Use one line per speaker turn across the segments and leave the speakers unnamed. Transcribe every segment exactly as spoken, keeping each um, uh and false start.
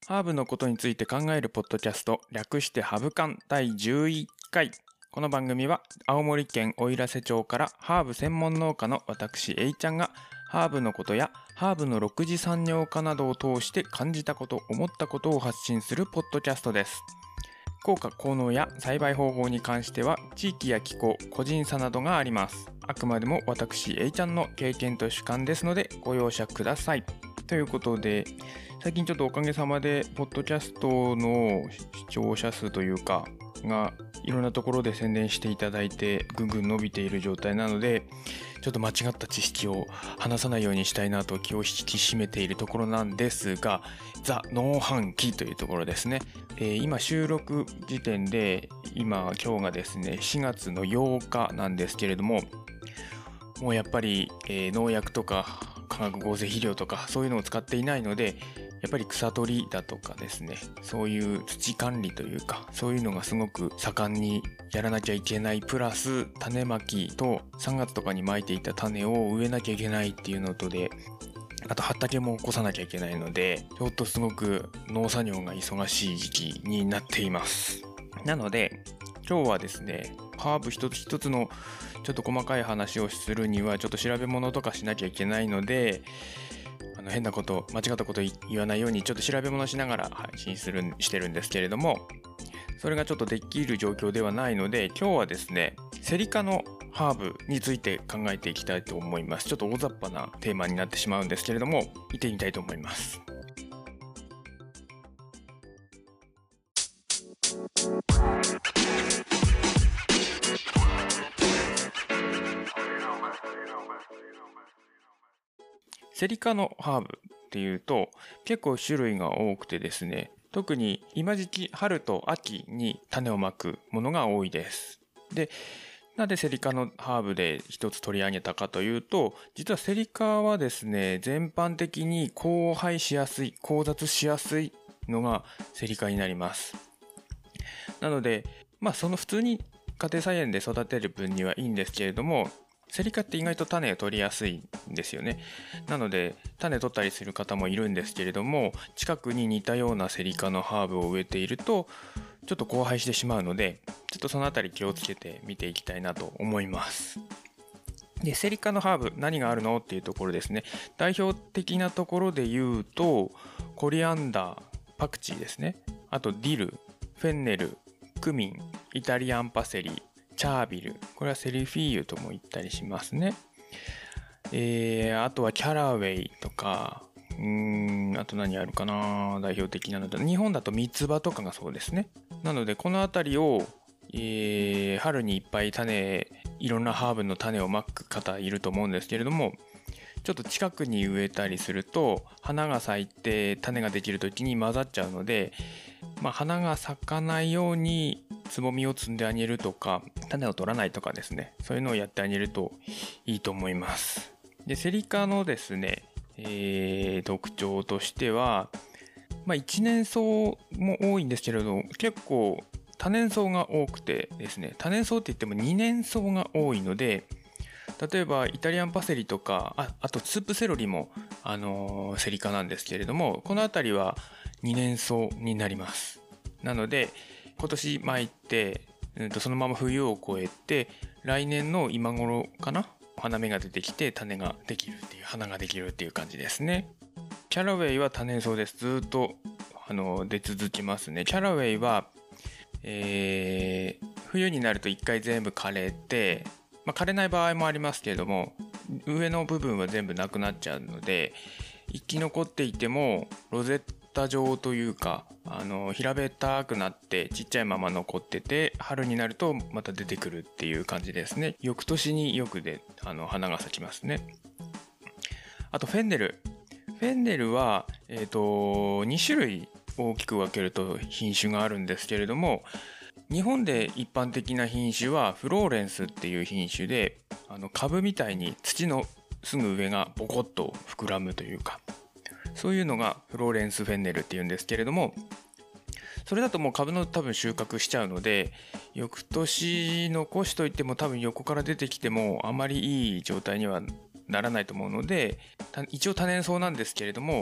ハーブのことについて考えるポッドキャスト、略してハブカンだいじゅういっかい。この番組は青森県おいらせ町からハーブ専門農家の私えいちゃんがハーブのことやハーブのろく次産業化などを通して感じたこと、思ったことを発信するポッドキャストです。効果効能や栽培方法に関しては地域や気候、個人差などがあります。あくまでも私えいちゃんの経験と主観ですのでご容赦ください。ということで、最近ちょっとおかげさまでポッドキャストの視聴者数というかがいろんなところで宣伝していただいてぐんぐん伸びている状態なので、ちょっと間違った知識を話さないようにしたいなと気を引き締めているところなんですが、ザ・農飯期というところですね。えー、今収録時点で今今日がですねしがつのようかなんですけれども、もうやっぱり、えー、農薬とか化学合成肥料とかそういうのを使っていないので、やっぱり草取りだとかですね、そういう土管理というかそういうのがすごく盛んにやらなきゃいけない、プラス種まきとさんがつとかにまいていた種を植えなきゃいけないっていうのとで、あと畑も起こさなきゃいけないので、ちょっとすごく農作業が忙しい時期になっています。なので今日はですね、ハーブ一つ一つのちょっと細かい話をするにはちょっと調べ物とかしなきゃいけないので、あの変なこと間違ったこと言わないようにちょっと調べ物しながら配信するしてるんですけれども、それがちょっとできる状況ではないので、今日はですねセリ科のハーブについて考えていきたいと思います。ちょっと大雑把なテーマになってしまうんですけれども、見てみたいと思います。セリ科のハーブっていうと結構種類が多くてですね、特に今時期春と秋に種をまくものが多いです。で、なぜセリ科のハーブで一つ取り上げたかというと、実はセリ科はですね全般的に交配しやすい、交雑しやすいのがセリ科になります。なのでまあその普通に家庭菜園で育てる分にはいいんですけれども、セリ科って意外と種を取りやすいんですよね。なので種取ったりする方もいるんですけれども、近くに似たようなセリ科のハーブを植えているとちょっと交配してしまうので、ちょっとそのあたり気をつけて見ていきたいなと思います。で、セリ科のハーブ何があるのっていうところですね。代表的なところで言うとコリアンダー、パクチーですね。あとディル、フェンネル、クミン、イタリアンパセリ、チャービル、これはセリフィーユとも言ったりしますね。えー、あとはキャラウェイとか、うーんあと何あるかな、代表的なので日本だと三つ葉とかがそうですね。なのでこの辺りを、えー、春にいっぱい種、いろんなハーブの種をまく方いると思うんですけれども、ちょっと近くに植えたりすると花が咲いて種ができる時に混ざっちゃうので、まあ、花が咲かないようにつぼみを摘んであげるとか、種を取らないとかですね、そういうのをやってあげるといいと思います。で、セリ科のですね、えー、特徴としては、まあ、一年草も多いんですけれど、結構多年草が多くてですね、多年草って言ってもにねん草が多いので、例えばイタリアンパセリとか、 あ, あとスープセロリも、あのー、セリ科なんですけれども、この辺りはにねん草になります。なので今年巻いて、うん、とそのまま冬を越えて来年の今頃かな、花芽が出てきて種ができるっていう、花ができるっていう感じですね。キャラウェイは多年草です。ずっとあの出続きますね。キャラウェイは、えー、冬になると一回全部枯れて、まあ、枯れない場合もありますけれども、上の部分は全部なくなっちゃうので、生き残っていてもロゼッタ状というか、あの平べったくなってちっちゃいまま残ってて、春になるとまた出てくるっていう感じですね。翌年によくであの花が咲きますね。あとフェンネル。フェンネルは、えーと、に種類大きく分けると品種があるんですけれども、日本で一般的な品種はフローレンスっていう品種で、あの株みたいに土のすぐ上がボコッと膨らむというか、そういうのがフローレンスフェンネルっていうんですけれども、それだともう株の多分収穫しちゃうので、翌年残しといても多分横から出てきてもあまりいい状態にはならないと思うので、一応多年草なんですけれども、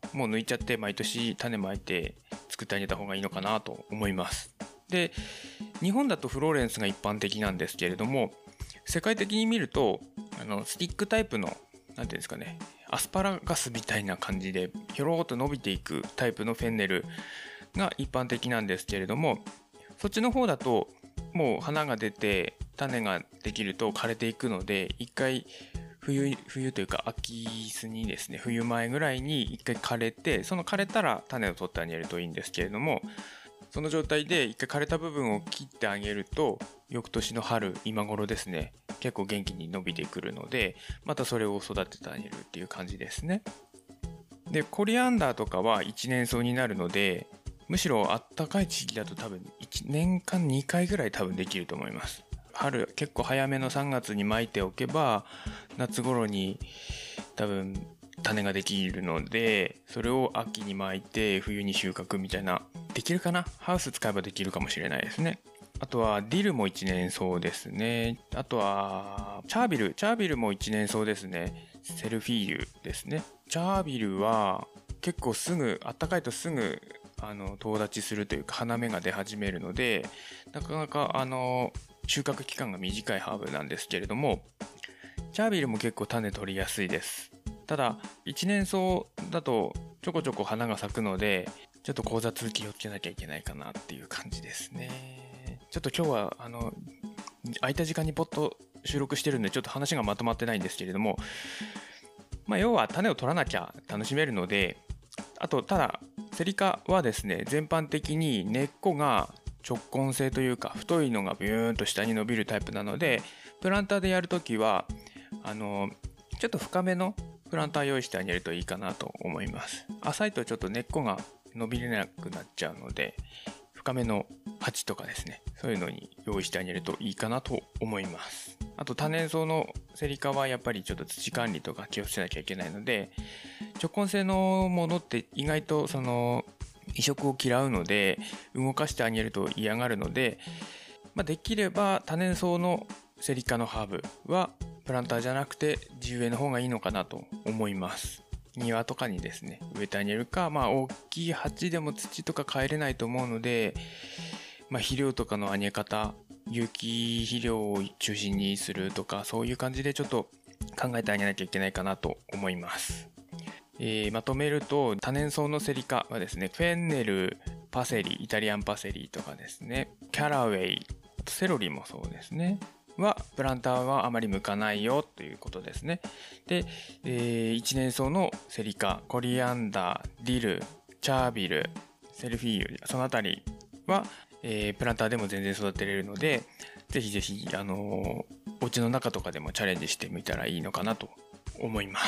もう抜いちゃって毎年種まいて作ってあげた方がいいのかなと思います。で、日本だとフローレンスが一般的なんですけれども、世界的に見るとあのスティックタイプのなんていうんですかね、アスパラガスみたいな感じでひょろっと伸びていくタイプのフェンネルが一般的なんですけれども、そっちの方だともう花が出て種ができると枯れていくので、一回冬冬というか秋巣にですね、冬前ぐらいに一回枯れて、その枯れたら種を取ってあげるといいんですけれども、その状態で一回枯れた部分を切ってあげると、翌年の春今頃ですね、結構元気に伸びてくるので、またそれを育ててあげるっていう感じですね。で、コリアンダーとかは一年草になるので、むしろあったかい地域だと多分いちねんかんにかいぐらい多分できると思います。春結構早めのさんがつにまいておけば夏頃に多分種ができるので、それを秋にまいて冬に収穫みたいな、できるかな、ハウス使えばできるかもしれないですね。あとはディルも一年草ですね。あとはチャービルチャービルも一年草ですね。セルフィーユですね。チャービルは結構すぐ、あったかいとすぐあのとう立ちするというか花芽が出始めるので、なかなかあの収穫期間が短いハーブなんですけれども、チャービルも結構種取りやすいです。ただ一年草だとちょこちょこ花が咲くので、ちょっと交雑気をつけなきゃいけないかなっていう感じですね。ちょっと今日はあの空いた時間にポッと収録してるんで、ちょっと話がまとまってないんですけれども、まあ要は種を取らなきゃ楽しめるので、あとただセリ科はですね、全般的に根っこが直根性というか太いのがビューンと下に伸びるタイプなので、プランターでやるときはあのちょっと深めのプランター用意してあげるといいかなと思います。浅いとちょっと根っこが伸びれなくなっちゃうので、深めの鉢とかですね、そういうのに用意してあげるといいかなと思います。あと多年草のセリ科はやっぱりちょっと土管理とか気をつけなきゃいけないので、直根性のものって意外とその移植を嫌うので、動かしてあげると嫌がるので、まあ、できれば多年草のセリ科のハーブはプランターじゃなくて地植えの方がいいのかなと思います。庭とかにですね植えてあげるか、まあ大きい鉢でも土とか帰れないと思うので、まあ、肥料とかのあげ方、有機肥料を中心にするとか、そういう感じでちょっと考えてあげなきゃいけないかなと思います。えー、まとめると、多年草のセリ科はですね、フェンネル、パセリ、イタリアンパセリとかですね、キャラウェイ、あとセロリもそうですねはプランターはあまり向かないよということですね。で、えー、一年草のセリ科、コリアンダー、ディル、チャービル、セルフィーユ、そのあたりは、えー、プランターでも全然育てれるので、ぜひぜひあのー、お家の中とかでもチャレンジしてみたらいいのかなと思います。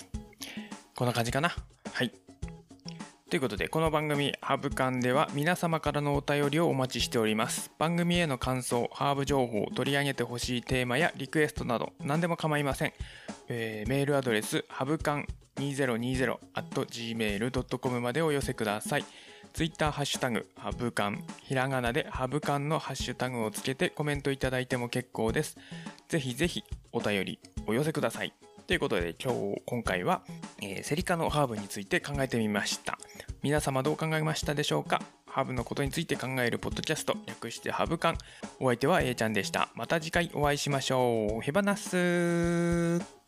こんな感じかな。はい。ということで、この番組ハーブ館では皆様からのお便りをお待ちしております。番組への感想、ハーブ情報、取り上げてほしいテーマやリクエストなど何でも構いません。えー、メールアドレスハブカンにせんにじゅう アット ジーメール ドット コム までお寄せください。ツイッターハッシュタグハブカン、ひらがなでハブカンのハッシュタグをつけてコメントいただいても結構です。ぜひぜひお便りお寄せください。ということで、今日今回は、えー、セリ科のハーブについて考えてみました。皆様どう考えましたでしょうか。ハーブのことについて考えるポッドキャスト、略してハブカン。お相手は A ちゃんでした。また次回お会いしましょう。へばなっすー。